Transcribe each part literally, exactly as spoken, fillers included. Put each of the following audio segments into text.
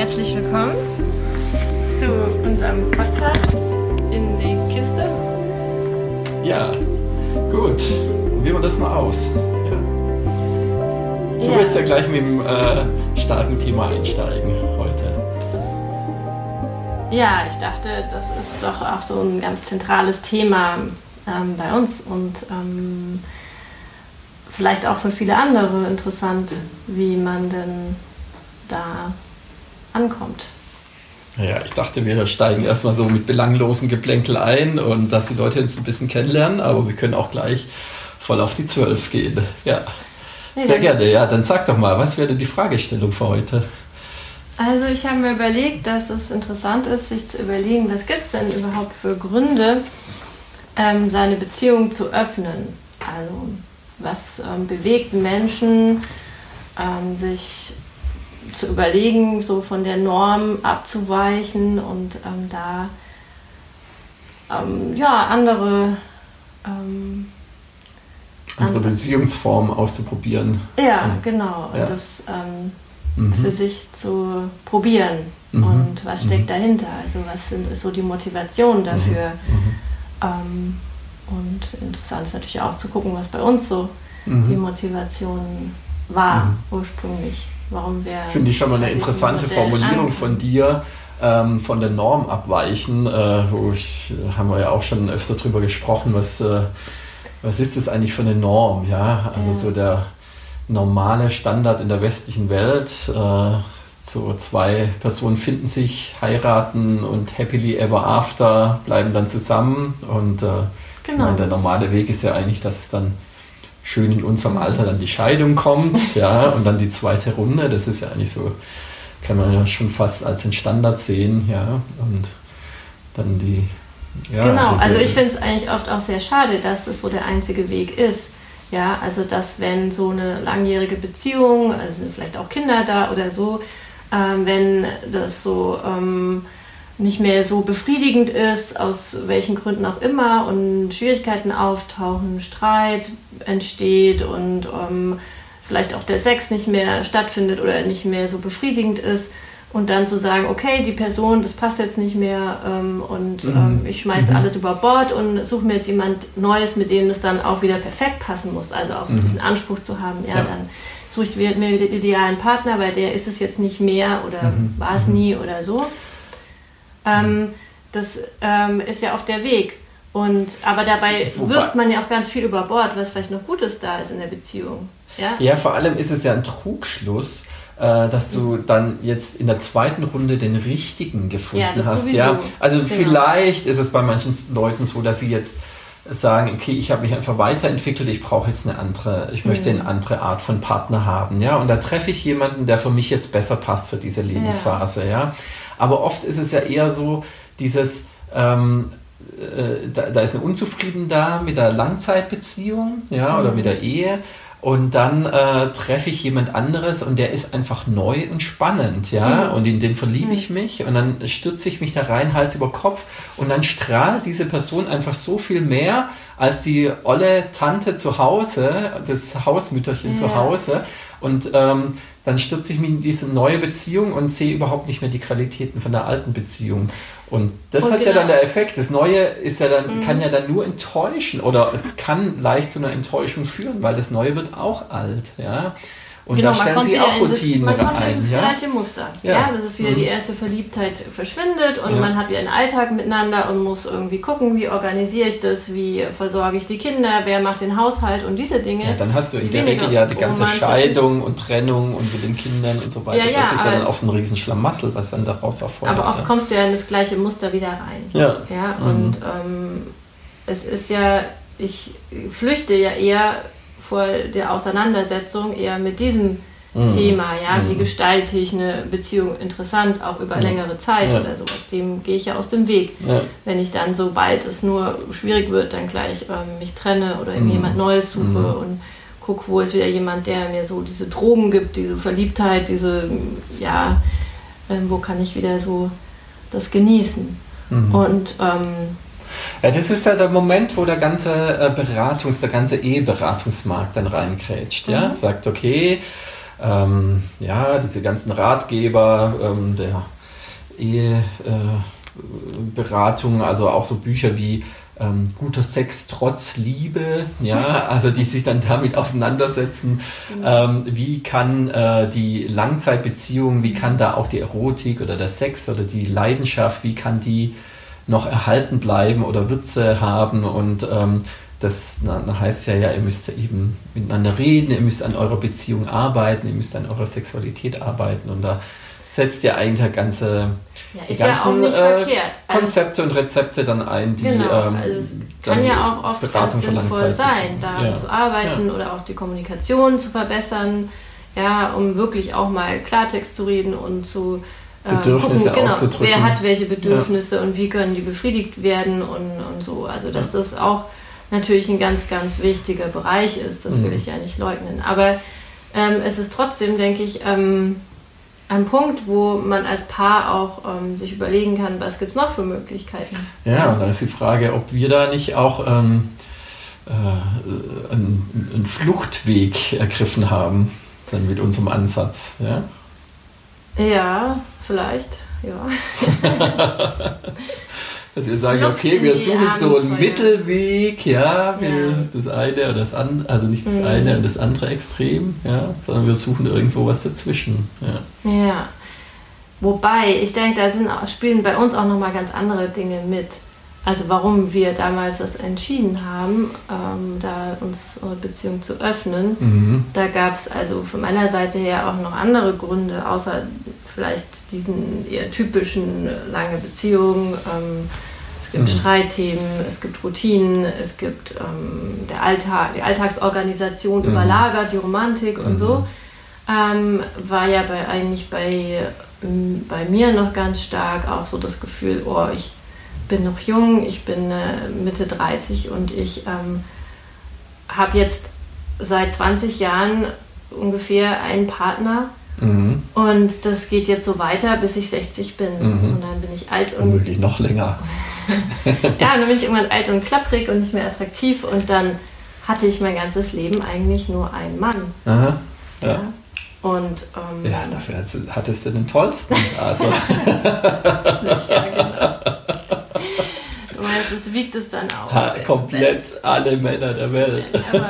herzlich willkommen zu unserem Podcast in die Kiste. Ja, gut. Probieren wir das mal aus. Ja. Du Ja. willst ja gleich mit dem äh, starken Thema einsteigen heute. Ja, ich dachte, das ist doch auch so ein ganz zentrales Thema ähm, bei uns und ähm, vielleicht auch für viele andere interessant, wie man denn da ankommt. Ja, ich dachte, wir steigen erstmal so mit belanglosem Geplänkel ein und dass die Leute uns ein bisschen kennenlernen, aber wir können auch gleich voll auf die Zwölf gehen. Ja, Nee, sehr dann- gerne. Ja, dann sag doch mal, was wäre denn die Fragestellung für heute? Also ich habe mir überlegt, dass es interessant ist, sich zu überlegen, was gibt es denn überhaupt für Gründe, ähm, seine Beziehung zu öffnen. Also was ähm, bewegt Menschen, ähm, sich zu überlegen, so von der Norm abzuweichen und ähm, da ähm, ja, andere, ähm, Andere andere Beziehungsformen auszuprobieren. ja, Mhm. genau, Ja. das ähm, Mhm. für sich zu probieren. Mhm. Und was steckt Mhm. dahinter? Also was sind, ist so die Motivation dafür? Mhm. Ähm, und interessant ist natürlich auch zu gucken, was bei uns so Mhm. die Motivation war Mhm. ursprünglich. Warum wir Finde ich schon mal eine bei diesem interessante Modell Formulierung anfangen. von dir, ähm, von der Norm abweichen, äh, wo ich, haben wir ja auch schon öfter drüber gesprochen, was, äh, was ist das eigentlich für eine Norm, ja, also Ja. so der normale Standard in der westlichen Welt, äh, so zwei Personen finden sich, heiraten und happily ever after, bleiben dann zusammen und äh, ich Genau. meine, der normale Weg ist ja eigentlich, dass es dann schön in unserem Alter dann die Scheidung kommt, ja, und dann die zweite Runde, das ist ja eigentlich so, kann man ja schon fast als den Standard sehen, ja, und dann die, ja. Genau, diese- also ich finde es eigentlich oft auch sehr schade, dass das so der einzige Weg ist. Ja, also dass wenn so eine langjährige Beziehung, also sind vielleicht auch Kinder da oder so, ähm, wenn das so ähm, nicht mehr so befriedigend ist, aus welchen Gründen auch immer, und Schwierigkeiten auftauchen, Streit entsteht und ähm, vielleicht auch der Sex nicht mehr stattfindet oder nicht mehr so befriedigend ist, und dann zu sagen, okay, die Person, das passt jetzt nicht mehr ähm, und ähm, ich schmeiße Mhm. alles über Bord und suche mir jetzt jemand Neues, mit dem das dann auch wieder perfekt passen muss, also auch so Mhm. diesen Anspruch zu haben, ja, Ja. dann suche ich mir mir den idealen Partner, weil der ist es jetzt nicht mehr oder Mhm. war es Mhm. nie oder so. Ähm, das ähm, ist ja auf der Weg. Und, aber dabei Wobei- wirft man ja auch ganz viel über Bord, was vielleicht noch Gutes da ist in der Beziehung. Ja? Ja, vor allem ist es ja ein Trugschluss, äh, dass du dann jetzt in der zweiten Runde den richtigen gefunden Ja, das hast. sowieso. Ja, also Genau. vielleicht ist es bei manchen Leuten so, dass sie jetzt sagen, okay, ich habe mich einfach weiterentwickelt, ich brauche jetzt eine andere, ich möchte Mhm. eine andere Art von Partner haben, ja, und da treffe ich jemanden, der für mich jetzt besser passt für diese Lebensphase, ja. Aber oft ist es ja eher so, dieses, ähm, äh, da, da ist eine Unzufrieden da mit der Langzeitbeziehung, ja, oder Mhm. mit der Ehe. Und dann äh, treffe ich jemand anderes und der ist einfach neu und spannend, ja, Mhm. und in den verliebe Mhm. ich mich und dann stürze ich mich da rein, Hals über Kopf, und dann strahlt diese Person einfach so viel mehr als die olle Tante zu Hause, das Hausmütterchen Ja. zu Hause, und ähm, dann stürze ich mich in diese neue Beziehung und sehe überhaupt nicht mehr die Qualitäten von der alten Beziehung. Und das Und hat ja genau. dann der Effekt. Das Neue ist ja dann, Mhm. kann ja dann nur enttäuschen oder kann leicht zu einer Enttäuschung führen, weil das Neue wird auch alt, ja. Und Genau, da stellen sie wieder auch in das- Routinen man kommt wieder rein, ins ja. gleiche Muster. Ja. Ja. das ist wieder Mhm. die erste Verliebtheit verschwindet und Ja. man hat wieder einen Alltag miteinander und muss irgendwie gucken, wie organisiere ich das, wie versorge ich die Kinder, wer macht den Haushalt und diese Dinge. Ja, dann hast du in die der weniger Regel ja die ganze romantisch sind. Scheidung und Trennung und mit den Kindern und so weiter. Ja, ja, das ist ja aber- dann oft ein Riesenschlamassel, was dann daraus erfolgt. Aber oft ja. kommst du ja in das gleiche Muster wieder rein. Ja. Ja, Mhm. und ähm, es ist ja, ich flüchte ja eher vor der Auseinandersetzung eher mit diesem Mhm. Thema, ja, wie Mhm. gestalte ich eine Beziehung interessant, auch über Ja. längere Zeit Ja. oder sowas, dem gehe ich ja aus dem Weg. Ja. Wenn ich dann, sobald es nur schwierig wird, dann gleich ähm, mich trenne oder Mhm. mir jemand Neues suche Mhm. und gucke, wo ist wieder jemand, der mir so diese Drogen gibt, diese Verliebtheit, diese, ja, ähm, wo kann ich wieder so das genießen. Mhm. Und ähm, Ja, das ist ja der Moment, wo der ganze äh, Beratungs-, der ganze Eheberatungsmarkt dann reinkrätscht, ja, Mhm. sagt, okay, ähm, ja, diese ganzen Ratgeber ähm, der Eheberatung, äh, also auch so Bücher wie ähm, Guter Sex trotz Liebe, ja, also die sich dann damit auseinandersetzen, mhm. ähm, wie kann äh, die Langzeitbeziehung, wie kann da auch die Erotik oder der Sex oder die Leidenschaft, wie kann die noch erhalten bleiben oder Würze haben und ähm, das na, na heißt ja, ja, ihr müsst ja eben miteinander reden, ihr müsst an eurer Beziehung arbeiten, ihr müsst an eurer Sexualität arbeiten und da setzt ja eigentlich ganze ja, die ist ganzen ja auch nicht äh, Konzepte und Rezepte dann ein, die genau, ähm, also es kann ja auch oft Beratung ganz sinnvoll sein, daran ja. zu arbeiten ja. oder auch die Kommunikation zu verbessern, ja, um wirklich auch mal Klartext zu reden und zu äh, Bedürfnisse gucken, genau, auszudrücken. wer hat welche Bedürfnisse ja. und wie können die befriedigt werden und, und so. Also dass ja. das auch natürlich ein ganz, ganz wichtiger Bereich ist, das mhm. will ich ja nicht leugnen. Aber ähm, es ist trotzdem, denke ich, ähm, ein Punkt, wo man als Paar auch ähm, sich überlegen kann, was gibt es noch für Möglichkeiten. Ja, und da ist die Frage, ob wir da nicht auch ähm, äh, einen, einen Fluchtweg ergriffen haben, dann mit unserem Ansatz. Ja, ja vielleicht, ja. Dass wir sagen, okay, wir suchen so einen Mittelweg, ja, wir, ja. das eine oder das andere, also nicht das mhm. eine und das andere Extrem, ja, sondern wir suchen irgendwo was dazwischen. Ja, ja. Wobei, ich denke, da sind, spielen bei uns auch nochmal ganz andere Dinge mit. Also warum wir damals das entschieden haben, ähm, da unsere Beziehung zu öffnen. Mhm. Da gab es also von meiner Seite her auch noch andere Gründe, außer vielleicht diesen eher typischen lange Beziehungen. Ähm, es gibt mhm. Streitthemen, es gibt Routinen, es gibt ähm, der Alltag, die Alltagsorganisation mhm. überlagert, die Romantik mhm. und so. Ähm, war ja bei, eigentlich bei, ähm, bei mir noch ganz stark auch so das Gefühl, oh, ich bin noch jung, ich bin äh, Mitte dreißig und ich ähm, habe jetzt seit zwanzig Jahren ungefähr einen Partner mhm. und das geht jetzt so weiter, bis ich sechzig bin mhm. und dann bin ich alt und... Womöglich noch länger. Ja, dann bin ich irgendwann alt und klapprig und nicht mehr attraktiv und dann hatte ich mein ganzes Leben eigentlich nur einen Mann. Aha, ja. ja. Und, ähm, ja, dafür hattest du den tollsten. Also. Sicher, genau. Du meinst, es wiegt es dann auch. Ha, komplett alle Männer der Welt.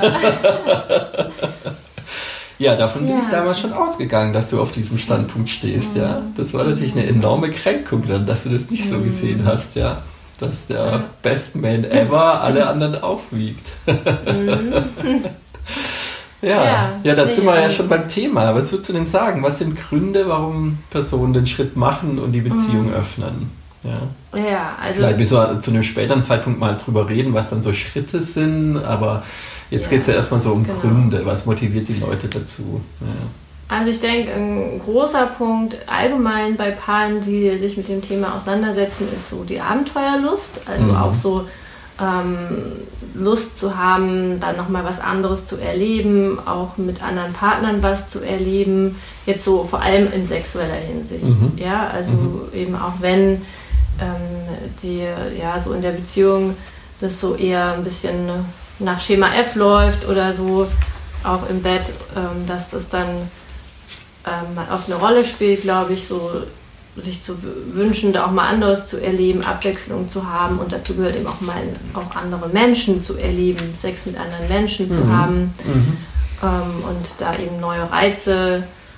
Ja, davon ja. bin ich damals schon ausgegangen, dass du auf diesem Standpunkt stehst. Mhm. Ja, das war natürlich eine enorme Kränkung dann, dass du das nicht mhm. so gesehen hast. Ja, dass der Best Man ever alle anderen aufwiegt. Mhm. Ja, ja, ja, da nee, sind wir ja schon beim Thema. Was würdest du denn sagen? Was sind Gründe, warum Personen den Schritt machen und die Beziehung mhm. öffnen? Ja, ja also... Vielleicht müssen wir zu einem späteren Zeitpunkt mal drüber reden, was dann so Schritte sind, aber jetzt ja, geht es ja erstmal so um genau. Gründe. Was motiviert die Leute dazu? Ja. Also ich denke, ein großer Punkt allgemein bei Paaren, die sich mit dem Thema auseinandersetzen, ist so die Abenteuerlust. Also mhm. auch so ähm, Lust zu haben, dann nochmal was anderes zu erleben, auch mit anderen Partnern was zu erleben, jetzt so vor allem in sexueller Hinsicht. Mhm. Ja, also mhm. eben auch wenn ähm, die ja so in der Beziehung das so eher ein bisschen nach Schema F läuft oder so, auch im Bett, ähm, dass das dann ähm, auch eine Rolle spielt, glaube ich, so sich zu wünschen, da auch mal anderes zu erleben, Abwechslung zu haben und dazu gehört eben auch mal auch andere Menschen zu erleben, Sex mit anderen Menschen zu mhm. haben mhm. Ähm, und da eben neue Reize,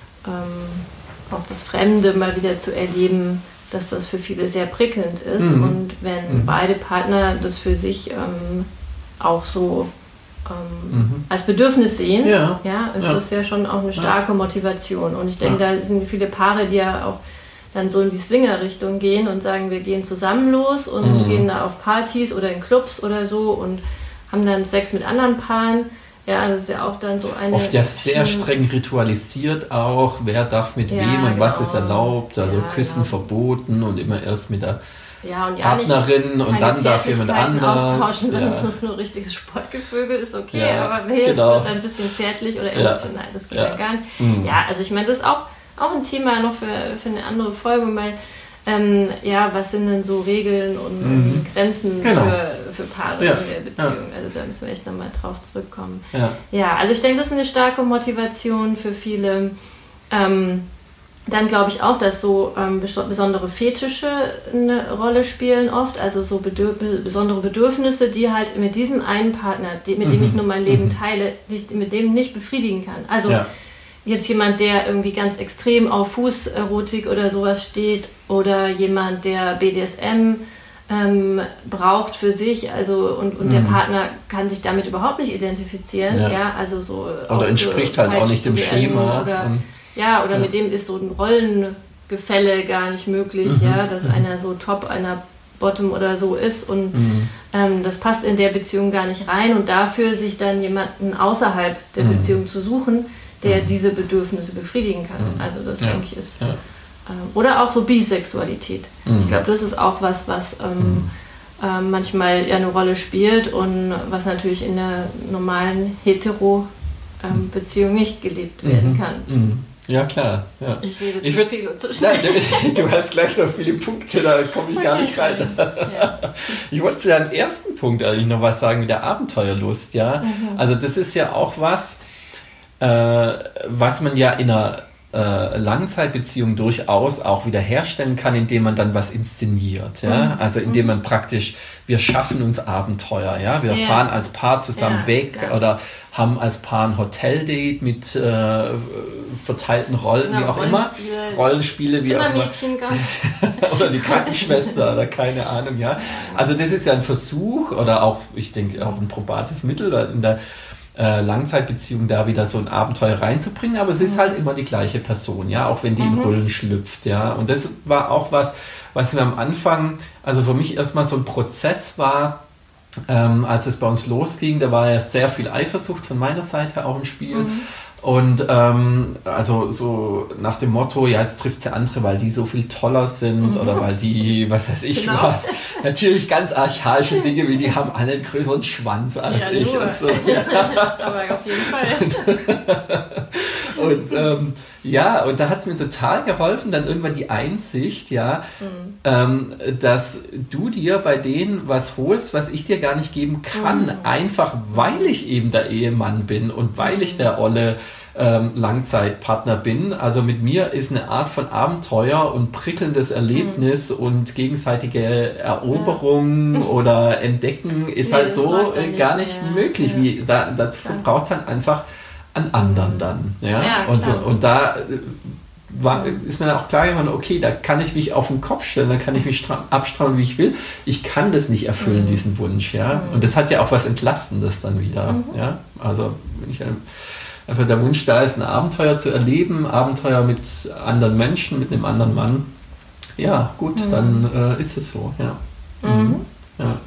ähm, auch das Fremde mal wieder zu erleben, dass das für viele sehr prickelnd ist mhm. und wenn mhm. beide Partner das für sich ähm, auch so ähm, mhm. als Bedürfnis sehen, ja, ja ist ja. das ja schon auch eine starke ja. Motivation und ich denke, ja. da sind viele Paare, die ja auch dann so in die Swinger-Richtung gehen und sagen, wir gehen zusammen los und mhm. gehen da auf Partys oder in Clubs oder so und haben dann Sex mit anderen Paaren. Ja, das ist ja auch dann so eine... Oft ja sehr streng ritualisiert auch, wer darf mit ja, wem und genau. was ist erlaubt, also ja, Küssen genau. verboten und immer erst mit der ja, und ja, Partnerin und dann darf jemand anders. Austauschen, ja. sonst ist nur richtiges Sportgevögel, ist okay, ja, aber jetzt genau. wird ein bisschen zärtlich oder emotional, ja. das geht ja, ja gar nicht. Mhm. Ja, also ich meine, das ist auch, auch ein Thema noch für, für eine andere Folge, weil ähm, ja, was sind denn so Regeln und, Mhm. und Grenzen Genau. für, für Paare Ja. in der Beziehung? Ja. Also da müssen wir echt nochmal drauf zurückkommen. Ja. Ja, also ich denke, das ist eine starke Motivation für viele. Ähm, dann glaube ich auch, dass so ähm, bes- besondere Fetische eine Rolle spielen oft, also so bedür- besondere Bedürfnisse, die halt mit diesem einen Partner, die, mit dem Mhm. ich nur mein Leben Mhm. teile, die ich mit dem nicht befriedigen kann. Also Ja. jetzt jemand, der irgendwie ganz extrem auf Fußerotik oder sowas steht oder jemand, der B D S M ähm, braucht für sich, also und, und der Mhm. Partner kann sich damit überhaupt nicht identifizieren, Ja. ja, also so Oder entspricht halt auch nicht dem ausgepeitscht zu werden Schema. oder, Und, ja, oder Ja. mit dem ist so ein Rollengefälle gar nicht möglich, Mhm. ja, dass Mhm. einer so Top, einer Bottom oder so ist und mhm. ähm, das passt in der Beziehung gar nicht rein und dafür sich dann jemanden außerhalb der Mhm. Beziehung zu suchen, der Mhm. diese Bedürfnisse befriedigen kann. Mhm. Also das Ja. denke ich ist. Ja. Ähm, oder auch so Bisexualität. Mhm. Ich glaube, das ist auch was, was ähm, ähm, manchmal ja eine Rolle spielt und was natürlich in der normalen Hetero-Beziehung nicht gelebt werden Mhm. kann. Mhm. Ja, klar. Ja. Ich rede Ich zu würd- viel und zu Nein, schnell. du hast gleich noch viele Punkte, da komme ich gar nicht rein. Ja. Ich wollte zu deinem ersten Punkt eigentlich noch was sagen mit der Abenteuerlust, ja. Mhm. Also das ist ja auch was, äh, was man ja in einer äh, Langzeitbeziehung durchaus auch wieder herstellen kann, indem man dann was inszeniert, ja. Mhm. Also indem man praktisch, wir schaffen uns Abenteuer, ja. Wir Ja. fahren als Paar zusammen Ja, weg klar. oder haben als Paar ein Hoteldate mit äh, verteilten Rollen, Ja, wie auch immer. Rollenspiele. Rollenspiele, wie auch immer. Zimmermädchen gab. Oder die Krankenschwester oder keine Ahnung, ja. Also das ist ja ein Versuch oder auch, ich denke, auch ein probates Mittel in der äh, Langzeitbeziehung da wieder so ein Abenteuer reinzubringen, aber es ist halt immer die gleiche Person, ja, auch wenn die in Mhm. Rollen schlüpft, ja. Und das war auch was, was mir am Anfang, also für mich erstmal so ein Prozess war, ähm, als es bei uns losging, da war ja sehr viel Eifersucht von meiner Seite auch im Spiel. Mhm. Und ähm, also so nach dem Motto, ja, jetzt trifft es ja andere, weil die so viel toller sind Mhm. oder weil die, was weiß ich Genau. was, natürlich ganz archaische Dinge, wie die haben alle einen größeren Schwanz als Ja, ich. nur. Und, so. Aber auf jeden Fall. und ähm, ja, und da hat es mir total geholfen, dann irgendwann die Einsicht, ja, Mhm. ähm, dass du dir bei denen was holst, was ich dir gar nicht geben kann, Mhm. einfach weil ich eben der Ehemann bin und weil ich der olle ähm, Langzeitpartner bin. Also mit mir ist eine Art von Abenteuer und prickelndes Erlebnis und gegenseitige Eroberung oder Entdecken ist Nee, halt das so läuft dann äh, nicht gar nicht mehr. möglich. Ja. Wie, da, dazu Klar. braucht es halt einfach einen anderen dann. Ja? Ja, und, so, klar. und da äh, war, ist mir dann auch klar geworden, okay, da kann ich mich auf den Kopf stellen, da kann ich mich stra- abstrampeln, wie ich will. Ich kann das nicht erfüllen, Mhm. diesen Wunsch. Ja? Mhm. Und das hat ja auch was Entlastendes dann wieder. Mhm. Ja? Also wenn ich ein- einfach der Wunsch da ist, ein Abenteuer zu erleben, Abenteuer mit anderen Menschen, mit einem anderen Mann, ja gut, Mhm. dann äh, ist es so. Ja. Mhm. Ja.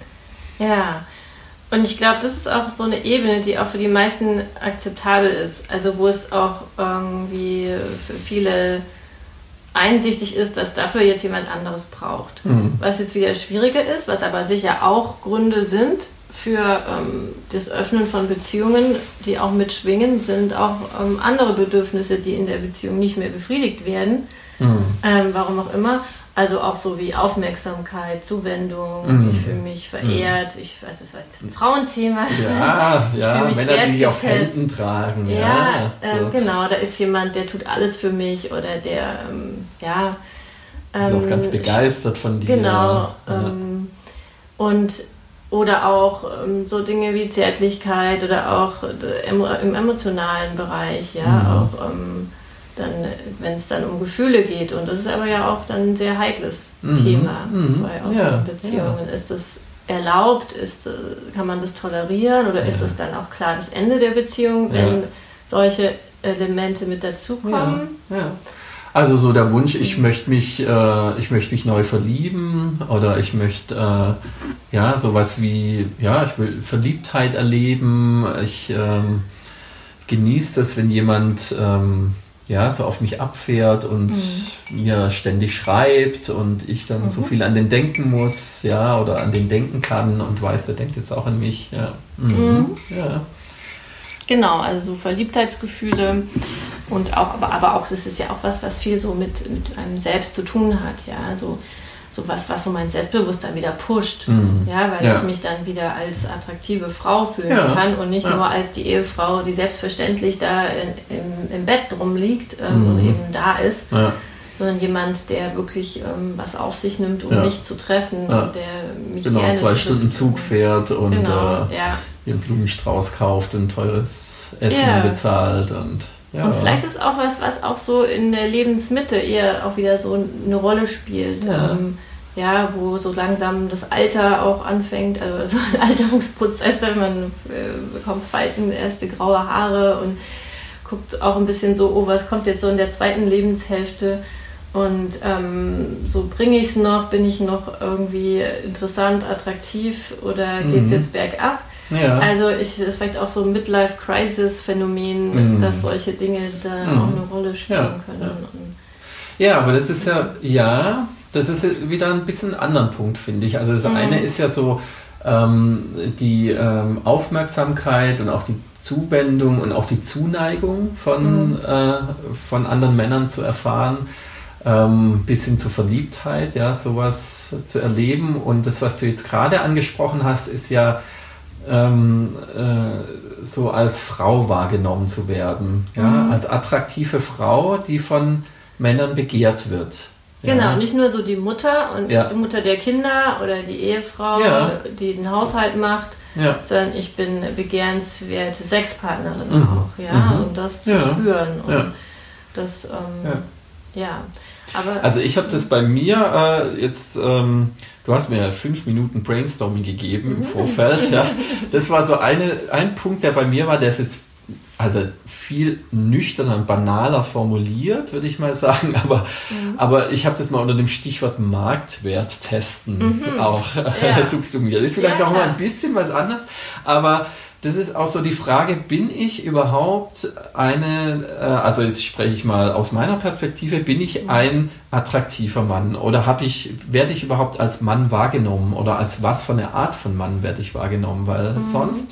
Ja, und ich glaube, das ist auch so eine Ebene, die auch für die meisten akzeptabel ist. Also wo es auch irgendwie für viele einsichtig ist, dass dafür jetzt jemand anderes braucht. Mhm. Was jetzt wieder schwieriger ist, was aber sicher auch Gründe sind für ähm, das Öffnen von Beziehungen, die auch mitschwingen, sind auch ähm, andere Bedürfnisse, die in der Beziehung nicht mehr befriedigt werden. Mhm. Ähm, warum auch immer. Also auch so wie Aufmerksamkeit, Zuwendung, Mhm. ich fühle mich verehrt, ich weiß, das heißt ein Frauenthema. Ja, Ich ja, fühl mich Männer, die sich auf wertgeschätzt. Händen tragen. Ja, Ja, ähm, so. genau, da ist jemand, der tut alles für mich oder der, ähm, ja. Ist auch ähm, ganz begeistert von dir. Genau. Ja. Ähm, und oder auch ähm, so Dinge wie Zärtlichkeit oder auch äh, emo- im emotionalen Bereich, ja, Mhm. auch ähm, dann, wenn es dann um Gefühle geht. Und das ist aber ja auch dann ein sehr heikles Mhm. Thema Mhm. bei offenen Ja, Beziehungen. Ist das erlaubt? Ist, äh, kann man das tolerieren? Oder ist Ja. das dann auch klar das Ende der Beziehung, wenn Ja. solche Elemente mit dazukommen? Ja, ja. Also so der Wunsch, ich möchte mich, äh, ich möchte mich neu verlieben oder ich möchte äh, ja sowas wie, ja, ich will Verliebtheit erleben. Ich ähm, genieße das, wenn jemand ähm, ja so auf mich abfährt und Mhm. mir ständig schreibt und ich dann Mhm. so viel an den denken muss, ja, oder an den denken kann und weiß, der denkt jetzt auch an mich. Ja. Mhm. Mhm. Ja. Genau, also so Verliebtheitsgefühle. Und auch, aber, aber auch, das ist ja auch was, was viel so mit, mit einem selbst zu tun hat, ja, also so was, was so mein Selbstbewusstsein wieder pusht, mhm. ja, weil ja. ich mich dann wieder als attraktive Frau fühlen ja. kann und nicht ja. nur als die Ehefrau, die selbstverständlich da in, im, im Bett rumliegt ähm, mhm. und eben da ist, ja. sondern jemand, der wirklich ähm, was auf sich nimmt, um ja. mich zu treffen, ja. und der mich genau, gerne zwei trifft. Stunden Zug fährt und genau, äh, ja. ihren Blumenstrauß kauft und teures Essen ja. bezahlt und ja. Und vielleicht ist auch was, was auch so in der Lebensmitte eher auch wieder so eine Rolle spielt. Ja, ähm, ja wo so langsam das Alter auch anfängt, also so ein Alterungsprozess, man äh, bekommt Falten, erste graue Haare und guckt auch ein bisschen so, oh, was kommt jetzt so in der zweiten Lebenshälfte und ähm, so bringe ich es noch, bin ich noch irgendwie interessant, attraktiv oder geht es mhm. jetzt bergab? Ja. Also ich, das ist vielleicht auch so ein Midlife-Crisis-Phänomen, mhm. dass solche Dinge da mhm. auch eine Rolle spielen ja. können. Ja. ja, aber das ist ja, ja, das ist wieder ein bisschen ein anderer Punkt, finde ich. Also das mhm. eine ist ja so ähm, die ähm, Aufmerksamkeit und auch die Zuwendung und auch die Zuneigung von, mhm. äh, von anderen Männern zu erfahren, ähm, bis hin zur Verliebtheit, ja, sowas zu erleben. Und das, was du jetzt gerade angesprochen hast, ist ja Ähm, äh, so als Frau wahrgenommen zu werden, ja? Mhm. Als attraktive Frau, die von Männern begehrt wird. Genau, ja? Nicht nur so die Mutter und ja. die Mutter der Kinder oder die Ehefrau, ja. die den Haushalt macht, ja. sondern ich bin begehrenswerte Sexpartnerin mhm. auch, ja, mhm. um das zu ja. spüren und ja. das, ähm, ja. ja. Aber, also ich habe das bei mir äh, jetzt, ähm, du hast mir ja fünf Minuten Brainstorming gegeben im Vorfeld, ja. Das war so eine, ein Punkt, der bei mir war, der ist jetzt also viel nüchterner und banaler formuliert, würde ich mal sagen, aber, mhm. aber ich habe das mal unter dem Stichwort Marktwert testen mhm. auch ja. subsumiert. Das ist vielleicht ja, noch mal ein bisschen was anderes, aber das ist auch so die Frage, bin ich überhaupt eine, also jetzt spreche ich mal aus meiner Perspektive, bin ich ein attraktiver Mann oder habe ich, werde ich überhaupt als Mann wahrgenommen oder als was für eine Art von Mann werde ich wahrgenommen, weil mhm. sonst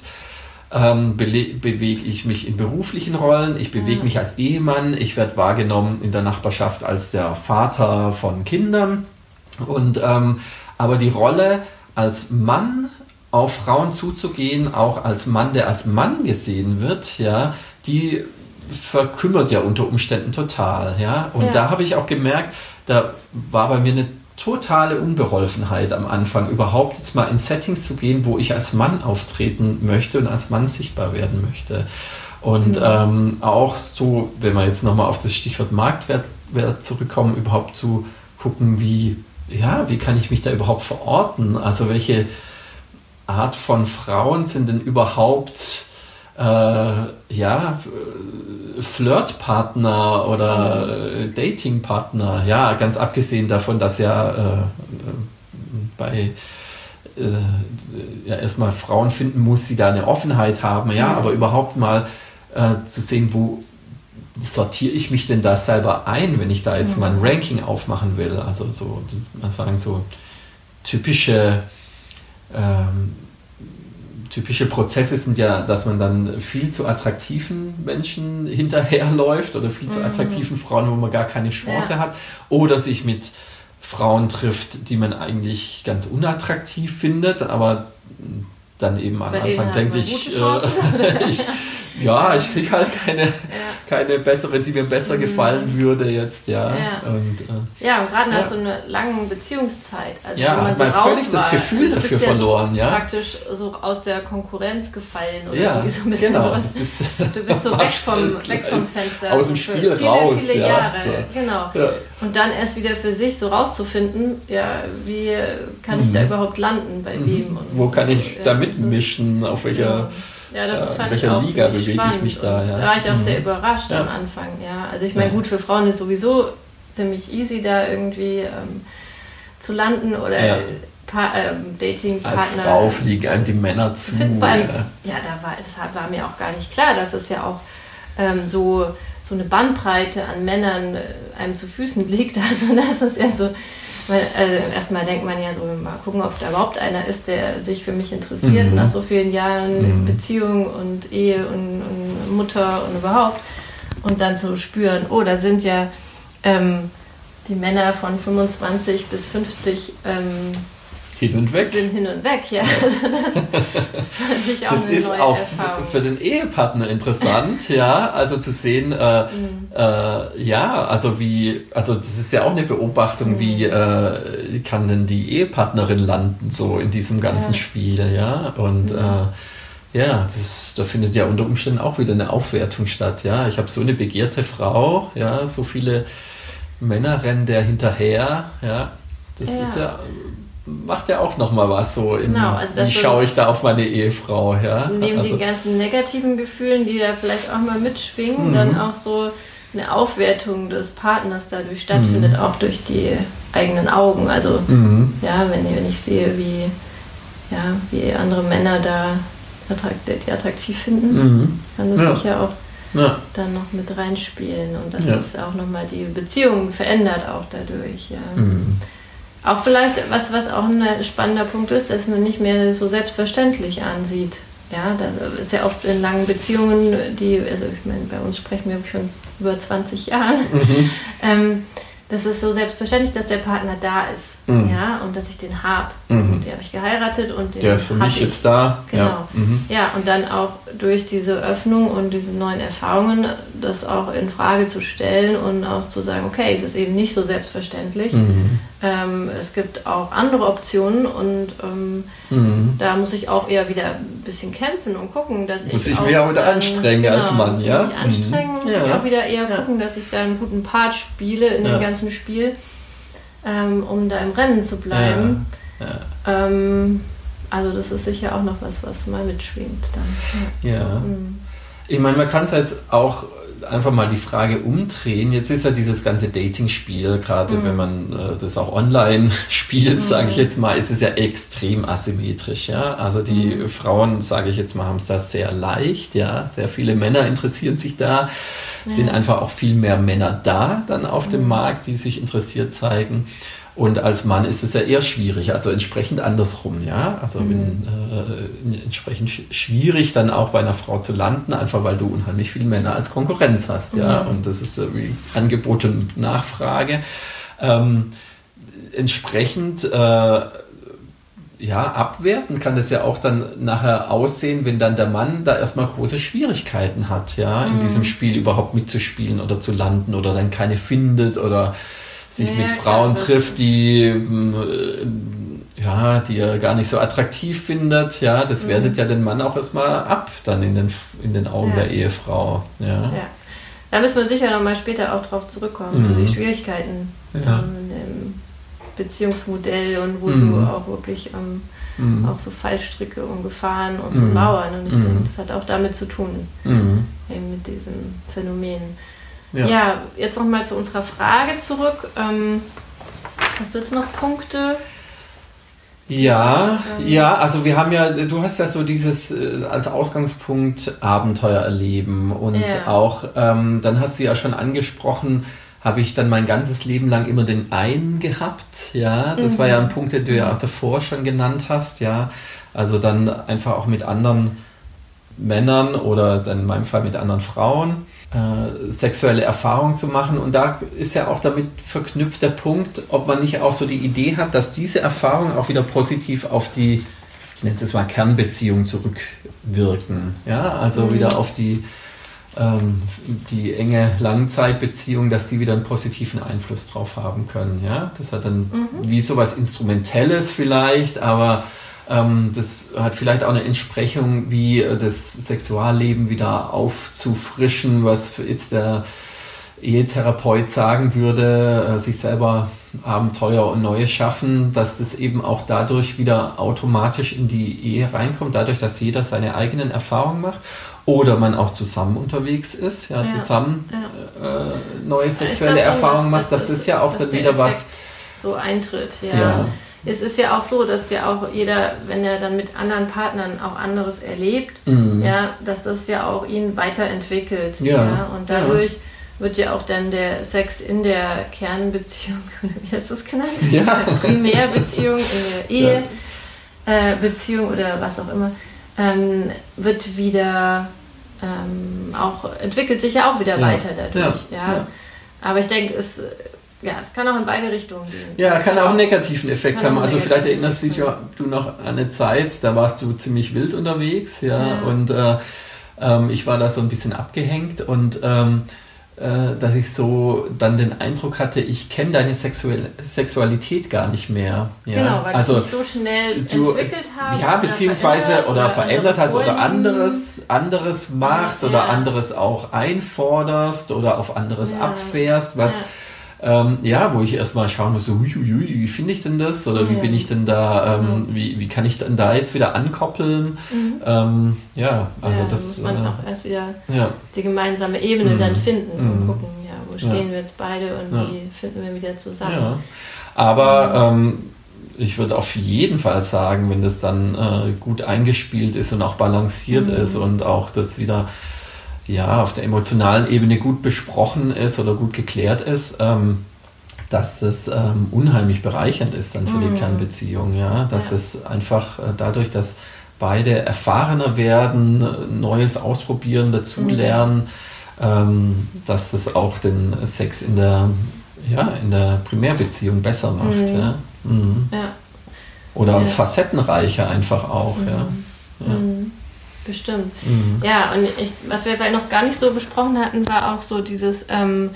ähm, bewege ich mich in beruflichen Rollen, ich bewege mhm. mich als Ehemann, ich werde wahrgenommen in der Nachbarschaft als der Vater von Kindern und ähm, aber die Rolle als Mann auf Frauen zuzugehen, auch als Mann, der als Mann gesehen wird, ja, die verkümmert ja unter Umständen total, ja. Und ja. da habe ich auch gemerkt, da war bei mir eine totale Unbeholfenheit am Anfang, überhaupt jetzt mal in Settings zu gehen, wo ich als Mann auftreten möchte und als Mann sichtbar werden möchte. Und mhm. ähm, auch so, wenn wir jetzt nochmal auf das Stichwort Marktwert zurückkommen, überhaupt zu gucken, wie, ja, wie kann ich mich da überhaupt verorten? Also welche Art von Frauen sind denn überhaupt äh, ja, Flirtpartner oder äh, Datingpartner? Ja, ganz abgesehen davon, dass ja äh, bei äh, ja, erstmal Frauen finden muss, die da eine Offenheit haben, ja, mhm. aber überhaupt mal äh, zu sehen, wo sortiere ich mich denn da selber ein, wenn ich da jetzt mhm. mal ein Ranking aufmachen will? Also so, man sagen so typische Ähm, typische Prozesse sind ja, dass man dann viel zu attraktiven Menschen hinterherläuft oder viel zu attraktiven Frauen, wo man gar keine Chance ja. hat, oder sich mit Frauen trifft, die man eigentlich ganz unattraktiv findet, aber dann eben am Anfang denkt ich, äh, ich ja, ich kriege halt keine, ja. keine bessere, die mir besser gefallen würde jetzt, ja. Ja, und, äh, ja, und gerade nach ja. so einer langen Beziehungszeit. Also ja, hat man völlig das Gefühl dafür verloren, so ja. praktisch so aus der Konkurrenz gefallen oder ja, irgendwie so ein bisschen genau. sowas. Du bist so weg vom, weg vom Fenster. Aus dem Spiel viele, raus. Viele ja, Jahre, so. genau. Ja. Und dann erst wieder für sich so rauszufinden, ja, wie kann ich mhm. da überhaupt landen, bei mhm. wem? Und wo kann ich ja, da mitmischen, auf welcher... Genau. Ja, doch, das fand in welcher ich auch Liga bewege spannend. ich mich da? Ja. Da war ich auch mhm. sehr überrascht ja. am Anfang. Ja. Also ich meine, ja. gut, für Frauen ist sowieso ziemlich easy, da irgendwie ähm, zu landen oder ja. Pa- ähm, Datingpartner. Als Frau fliegen einem die Männer zu. Find, vor allem, ja, ja da war, deshalb war mir auch gar nicht klar, dass es ja auch ähm, so, so eine Bandbreite an Männern äh, einem zu Füßen liegt. Also das ist ja so... Weil, also erstmal denkt man ja so, mal gucken, ob da überhaupt einer ist, der sich für mich interessiert mhm. nach so vielen Jahren mhm. Beziehung und Ehe und, und Mutter und überhaupt. und dann zu spüren, oh, da sind ja ähm, die Männer von fünfundzwanzig bis fünfzig ähm, hin und weg. Sind hin und weg, ja. Also das, das war natürlich auch das eine ist neue auch Erfahrung. für den Ehepartner interessant, ja, also zu sehen, äh, mhm. äh, ja, also wie, also das ist ja auch eine Beobachtung, mhm. wie äh, kann denn die Ehepartnerin landen, so in diesem ganzen ja. Spiel, ja, und mhm. äh, ja, das, da findet ja unter Umständen auch wieder eine Aufwertung statt, ja, ich habe so eine begehrte Frau, ja, so viele Männer rennen der hinterher, ja, das ja. ist ja... macht ja auch nochmal was so, in, genau, also wie schaue ich da auf meine Ehefrau, ja. Neben also, den ganzen negativen Gefühlen, die da vielleicht auch mal mitschwingen, mhm. dann auch so eine Aufwertung des Partners dadurch stattfindet, mhm. auch durch die eigenen Augen. Also mhm. ja, wenn, wenn ich sehe, wie, ja, wie andere Männer da attrakt, die attraktiv finden, mhm. kann das ja. sicher auch ja. dann noch mit reinspielen. Und das ja. ist auch nochmal die Beziehung verändert auch dadurch, ja. Mhm. Auch vielleicht, was, was auch ein spannender Punkt ist, dass man nicht mehr so selbstverständlich ansieht. Ja, da ist ja oft in langen Beziehungen, die, also ich meine, bei uns sprechen wir schon über zwanzig Jahren, mhm. ähm, das ist so selbstverständlich, dass der Partner da ist, mhm. ja, und dass ich den habe. Mhm. Und den habe ich geheiratet und den der ist für mich ich. jetzt da. Genau. Ja. Mhm. ja, und dann auch durch diese Öffnung und diese neuen Erfahrungen, das auch in Frage zu stellen und auch zu sagen, okay, es ist eben nicht so selbstverständlich. Mhm. Ähm, es gibt auch andere Optionen und ähm, mhm. da muss ich auch eher wieder ein bisschen kämpfen und gucken, dass ich muss ich auch mich auch wieder dann, anstrengen genau, als Mann, ja? Muss ich anstrengen, muss ja. ich auch wieder eher ja. gucken, dass ich da einen guten Part spiele in ja. dem ganzen Spiel, ähm, um da im Rennen zu bleiben. Ja. Ja. Ähm, also das ist sicher auch noch was, was mal mitschwingt dann. Ja. ja. Mhm. Ich meine, man kann es jetzt auch einfach mal die Frage umdrehen. Jetzt ist ja dieses ganze Dating-Spiel, gerade mhm. wenn man äh, das auch online spielt, mhm. sage ich jetzt mal, ist es ja extrem asymmetrisch. Ja? Also die mhm. Frauen, sage ich jetzt mal, haben es da sehr leicht. Ja? Sehr viele Männer interessieren sich da. Es ja. sind einfach auch viel mehr Männer da dann auf mhm. dem Markt, die sich interessiert zeigen. Und als Mann ist es ja eher schwierig, also entsprechend andersrum, ja. Also mhm. in, äh, entsprechend schwierig dann auch bei einer Frau zu landen, einfach weil du unheimlich viele Männer als Konkurrenz hast, ja. Mhm. Und das ist äh, wie Angebot und Nachfrage. Ähm, entsprechend äh, ja, abwerten kann das ja auch dann nachher aussehen, wenn dann der Mann da erstmal große Schwierigkeiten hat, ja, in mhm. diesem Spiel überhaupt mitzuspielen oder zu landen oder dann keine findet oder sich ja, mit Frauen klar, trifft, die äh, ja, die er gar nicht so attraktiv findet, ja, das mhm. wertet ja den Mann auch erstmal ab, dann in den, in den Augen ja. der Ehefrau. Ja. Ja. Da müssen wir sicher nochmal später auch drauf zurückkommen, mhm. die Schwierigkeiten ja. ähm, im Beziehungsmodell und wo mhm. so auch wirklich ähm, mhm. auch so Fallstricke und Gefahren und so mhm. lauern. Und ich mhm. denke, das hat auch damit zu tun, mhm. eben mit diesem Phänomen. Ja. ja, jetzt nochmal zu unserer Frage zurück. Ähm, hast du jetzt noch Punkte? Ja, ähm, ja, also wir haben ja, du hast ja so dieses äh, als Ausgangspunkt Abenteuer erleben und ja. auch, ähm, dann hast du ja schon angesprochen, habe ich dann mein ganzes Leben lang immer den einen gehabt, ja, das mhm. war ja ein Punkt, den du ja auch davor schon genannt hast, ja, also dann einfach auch mit anderen Männern oder dann in meinem Fall mit anderen Frauen äh, sexuelle Erfahrungen zu machen und da ist ja auch damit verknüpft der Punkt, ob man nicht auch so die Idee hat, dass diese Erfahrungen auch wieder positiv auf die, ich nenne es jetzt mal Kernbeziehung zurückwirken, ja, also mhm. wieder auf die ähm, die enge Langzeitbeziehung, dass die wieder einen positiven Einfluss drauf haben können, ja, das hat dann mhm. wie sowas Instrumentelles vielleicht, aber Ähm, das hat vielleicht auch eine Entsprechung, wie das Sexualleben wieder aufzufrischen, was jetzt der Ehetherapeut sagen würde, sich selber Abenteuer und Neues schaffen, dass das eben auch dadurch wieder automatisch in die Ehe reinkommt, dadurch, dass jeder seine eigenen Erfahrungen macht oder man auch zusammen unterwegs ist, ja, ja zusammen ja. Äh, neue sexuelle Erfahrungen macht, das, das ist ja auch dann wieder Effekt was so eintritt, ja. ja. Es ist ja auch so, dass ja auch jeder, wenn er dann mit anderen Partnern auch anderes erlebt, mhm. ja, dass das ja auch ihn weiterentwickelt. Ja. Ja, und dadurch ja. wird ja auch dann der Sex in der Kernbeziehung, wie hast du das genannt? Ja. In der Primärbeziehung, in der Ehebeziehung ja. äh, oder was auch immer, ähm, wird wieder ähm, auch entwickelt sich ja auch wieder ja. weiter dadurch. Ja. Ja. Ja. Aber ich denke, es, ja, es kann auch in beide Richtungen gehen. Ja, kann auch einen negativen Effekt haben. Also vielleicht erinnerst du dich ja, du noch an eine Zeit, da warst du ziemlich wild unterwegs, ja, ja. und äh, ähm, ich war da so ein bisschen abgehängt und ähm, äh, dass ich so dann den Eindruck hatte, ich kenne deine Sexual- Sexualität gar nicht mehr. Ja? Genau, weil also, du dich so schnell du, entwickelt hast. Ja, beziehungsweise oder, oder verändert hast oder Vorlieben. anderes, anderes machst ja. oder anderes auch einforderst oder auf anderes ja. abfährst, was ja. Ähm, ja, wo ich erstmal schauen muss, so, hui, hui, hui, wie finde ich denn das oder wie ja. bin ich denn da, ähm, mhm. wie, wie kann ich denn da jetzt wieder ankoppeln? Mhm. Ähm, ja, also ja, das muss man äh, auch erst wieder ja. die gemeinsame Ebene mhm. dann finden und mhm. gucken, ja, wo stehen ja. wir jetzt beide und ja. wie finden wir wieder zusammen. Ja. Aber mhm. ähm, ich würde auf jeden Fall sagen, wenn das dann äh, gut eingespielt ist und auch balanciert mhm. ist und auch das wieder ja, auf der emotionalen Ebene gut besprochen ist oder gut geklärt ist, ähm, dass es ähm, unheimlich bereichernd ist dann für mm. die Kernbeziehung. Ja? Dass ja. es einfach äh, dadurch, dass beide erfahrener werden, Neues ausprobieren, dazulernen, mm. ähm, dass es auch den Sex in der, ja, in der Primärbeziehung besser macht. Mm. Ja? Mm. Ja. Oder ja. facettenreicher einfach auch. Mm. Ja? Ja. Mm. Bestimmt. Mhm. Ja, und ich, was wir vielleicht noch gar nicht so besprochen hatten, war auch so dieses, ähm,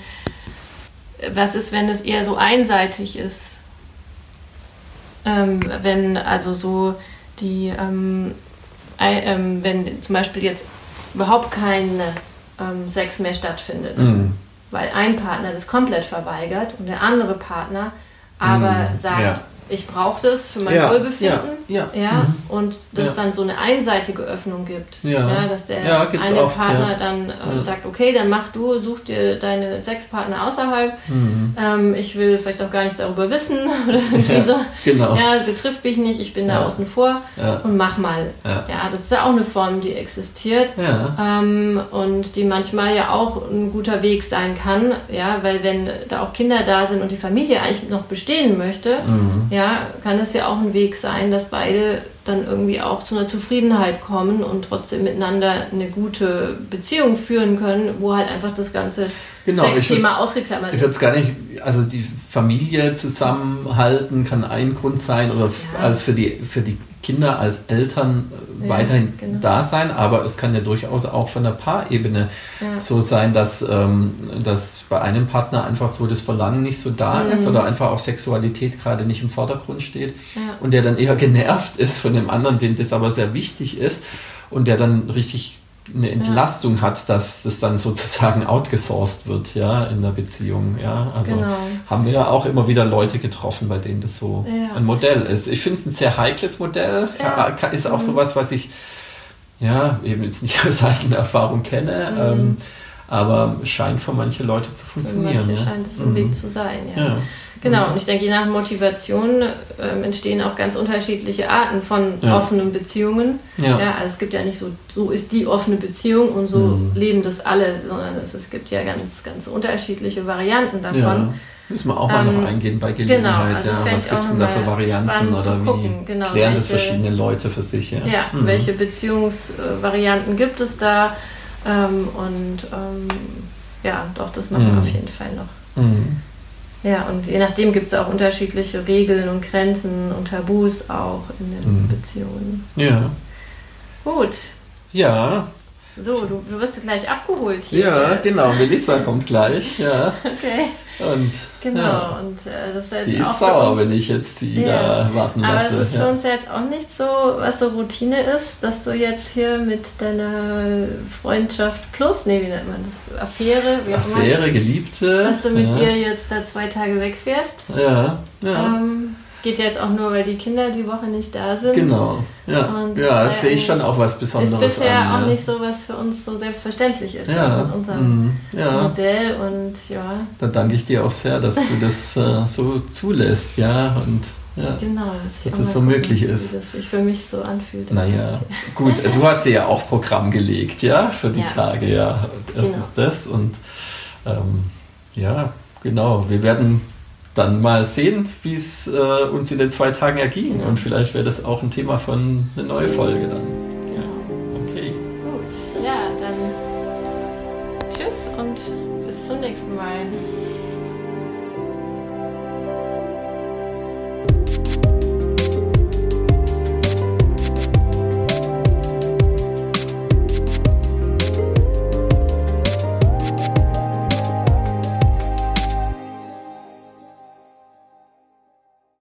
was ist, wenn es eher so einseitig ist? Ähm, wenn also so die, ähm, äh, ähm, wenn zum Beispiel jetzt überhaupt kein ähm, Sex mehr stattfindet, mhm. weil ein Partner das komplett verweigert und der andere Partner aber mhm. sagt, ja. ich brauche das für mein ja, Wohlbefinden, ja, ja. ja, Mhm. und dass ja. dann so eine einseitige Öffnung gibt, ja, ja dass der ja, eine oft, Partner ja. dann ähm, ja. sagt, okay, dann mach du, such dir deine Sexpartner außerhalb, mhm. ähm, ich will vielleicht auch gar nichts darüber wissen oder irgendwie ja, so, genau. ja, betrifft mich nicht, ich bin da ja. außen vor ja. und mach mal. Ja. ja, das ist ja auch eine Form, die existiert ja. ähm, und die manchmal ja auch ein guter Weg sein kann, ja, weil wenn da auch Kinder da sind und die Familie eigentlich noch bestehen möchte, mhm. ja, kann es ja auch ein Weg sein, dass beide dann irgendwie auch zu einer Zufriedenheit kommen und trotzdem miteinander eine gute Beziehung führen können, wo halt einfach das ganze genau, Sexthema ausgeklammert ich ist. Ich würde es gar nicht, also die Familie zusammenhalten kann ein Grund sein oder ja. als für die, für die Kinder als Eltern ja, weiterhin genau. da sein, aber es kann ja durchaus auch von der Paarebene ja. so sein, dass, ähm, dass bei einem Partner einfach so das Verlangen nicht so da mhm. ist oder einfach auch Sexualität gerade nicht im Vordergrund steht ja. und der dann eher genervt ist von dem anderen, dem das aber sehr wichtig ist und der dann richtig eine Entlastung ja. hat, dass das dann sozusagen outgesourced wird, ja, in der Beziehung, ja, also genau. haben wir ja auch immer wieder Leute getroffen, bei denen das so ja. ein Modell ist. Ich finde es ein sehr heikles Modell, ja. ist auch mhm. sowas, was ich ja, eben jetzt nicht aus eigener Erfahrung kenne, mhm. ähm, aber scheint für manche Leute zu funktionieren. Für manche ja. scheint es ein mhm. Weg zu sein, ja. ja. Genau, und ich denke, je nach Motivation äh, entstehen auch ganz unterschiedliche Arten von ja. offenen Beziehungen. Ja. Ja, also es gibt ja nicht so, so ist die offene Beziehung und so mhm. leben das alle, sondern es, es gibt ja ganz, ganz unterschiedliche Varianten davon. Ja. Müssen wir auch mal ähm, noch eingehen bei Gelegenheit. Genau, also ja. Was gibt es denn da für Varianten oder wie genau, klären welche, das verschiedene Leute für sich? Ja, ja mhm. welche Beziehungsvarianten gibt es da? Ähm, und ähm, ja, doch, das machen mhm. wir auf jeden Fall noch. Mhm. Ja, und je nachdem gibt es auch unterschiedliche Regeln und Grenzen und Tabus auch in den mhm. Beziehungen. Ja. Gut. Ja. So, du, du wirst gleich abgeholt hier. Ja, genau. Melissa kommt gleich. Ja. Okay. Und, genau. Ja. Und äh, das ist jetzt die ist auch sauer, uns, wenn ich jetzt sie ja. da warten lasse. Aber es ist ja. für uns jetzt auch nicht so, was so Routine ist, dass du jetzt hier mit deiner Freundschaft plus, nee, wie nennt man das? Affäre, wie auch Affäre, immer, Geliebte. dass du mit ja. ihr jetzt da zwei Tage wegfährst. Ja, ja. Ähm, Geht ja jetzt auch nur, weil die Kinder die Woche nicht da sind. Genau, ja. Und das ja, das sehe ich schon auch was Besonderes an. Ist bisher an, auch ja. nicht so, was für uns so selbstverständlich ist ja. in unserem mm, ja. Modell. Und ja. Da danke ich dir auch sehr, dass du das äh, so zulässt, ja. Und ja, genau, dass es so gucken, möglich ist. Wie das sich für mich so anfühlt. Naja, gut, du hast dir ja auch Programm gelegt, ja, für die ja. Tage, ja. Erstens genau. das und ähm, ja, genau, wir werden dann mal sehen, wie es äh, uns in den zwei Tagen erging. Ja. Und vielleicht wäre das auch ein Thema von einer neuen Folge dann. Genau. Okay. Gut, ja, dann und bis zum nächsten Mal.